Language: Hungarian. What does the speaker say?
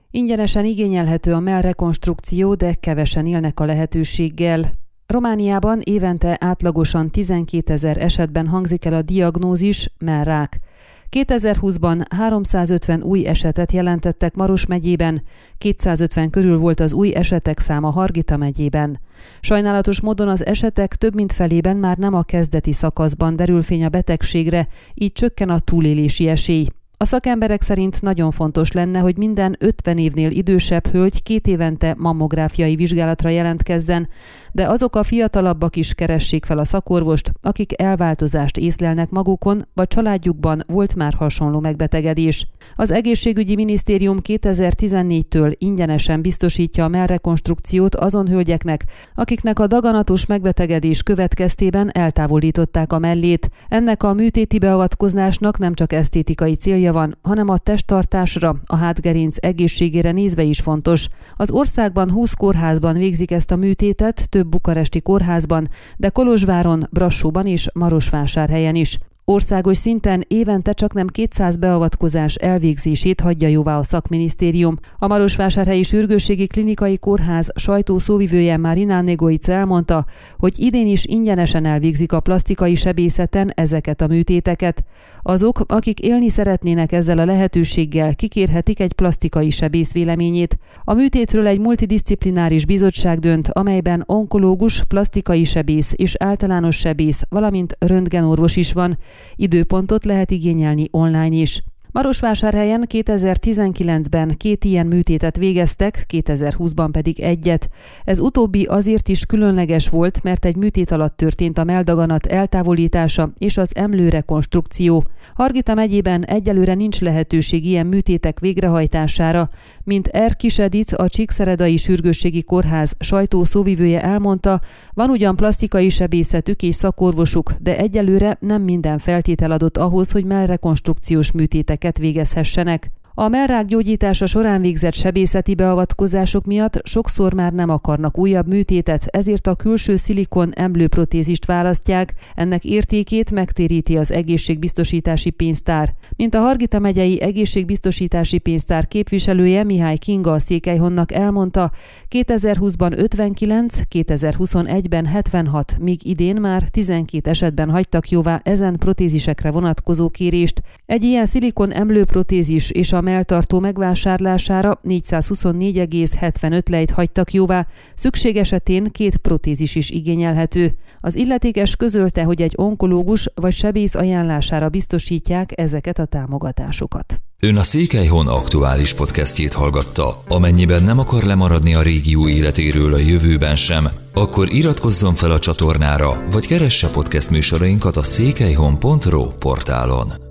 Ingyenesen igényelhető a mellrekonstrukció, de kevesen élnek a lehetőséggel. Romániában évente átlagosan 12 000 esetben hangzik el a diagnózis mellrák. 2020-ban 350 új esetet jelentettek Maros megyében, 250 körül volt az új esetek száma Hargita megyében. Sajnálatos módon az esetek több mint felében már nem a kezdeti szakaszban derül fény a betegségre, így csökken a túlélési esély. A szakemberek szerint nagyon fontos lenne, hogy minden 50 évnél idősebb hölgy 2 évente mammográfiai vizsgálatra jelentkezzen, de azok a fiatalabbak is keressék fel a szakorvost, akik elváltozást észlelnek magukon, vagy családjukban volt már hasonló megbetegedés. Az egészségügyi minisztérium 2014-től ingyenesen biztosítja a mellrekonstrukciót azon hölgyeknek, akiknek a daganatos megbetegedés következtében eltávolították a mellét. Ennek a műtéti beavatkozásnak nem csak esztétikai célja van, hanem a testtartásra, a hátgerinc egészségére nézve is fontos. Az országban 20 kórházban végzik ezt a műtétet, több bukaresti kórházban, de Kolozsváron, Brassóban és Marosvásárhelyen is. Országos szinten évente csaknem 200 beavatkozás elvégzését hagyja jóvá a szakminisztérium. A Marosvásárhelyi Sürgősségi Klinikai Kórház sajtószóvivője Marina Negoica elmondta, hogy idén is ingyenesen elvégzik a plasztikai sebészeten ezeket a műtéteket. Azok, akik élni szeretnének ezzel a lehetőséggel, kikérhetik egy plasztikai sebész véleményét. A műtétről egy multidisciplináris bizottság dönt, amelyben onkológus, plasztikai sebész és általános sebész, valamint röntgenorvos is van. Időpontot lehet igényelni online is. Marosvásárhelyen 2019-ben 2 ilyen műtétet végeztek, 2020-ban pedig 1. Ez utóbbi azért is különleges volt, mert egy műtét alatt történt a melldaganat eltávolítása és az emlőrekonstrukció. Hargita megyében egyelőre nincs lehetőség ilyen műtétek végrehajtására, mint Erkis Edith, a Csíkszeredai Sürgősségi Kórház sajtószóvivője elmondta, van ugyan plasztikai sebészetük és szakorvosuk, de egyelőre nem minden feltétel adott ahhoz, hogy mellrekonstrukciós műtéteket végezhessenek. A mellrák gyógyítása során végzett sebészeti beavatkozások miatt sokszor már nem akarnak újabb műtétet, ezért a külső szilikon emlőprotézist választják, ennek értékét megtéríti az egészségbiztosítási pénztár. Mint a Hargita megyei egészségbiztosítási pénztár képviselője Mihály Kinga a Székelyhonnak elmondta, 2020-ban 59, 2021-ben 76, míg idén már 12 esetben hagytak jóvá ezen protézisekre vonatkozó kérést. Egy ilyen szilikon emlőprotézis és a melltartó megvásárlására 424,75 lejt hagytak jóvá, szükség esetén 2 protézis is igényelhető. Az illetékes közölte, hogy egy onkológus vagy sebész ajánlására biztosítják ezeket a támogatásokat. Ön a Székelyhon aktuális podcastjét hallgatta. Amennyiben nem akar lemaradni a régió életéről a jövőben sem, akkor iratkozzon fel a csatornára, vagy keresse podcast műsorainkat a székelyhon.ro portálon.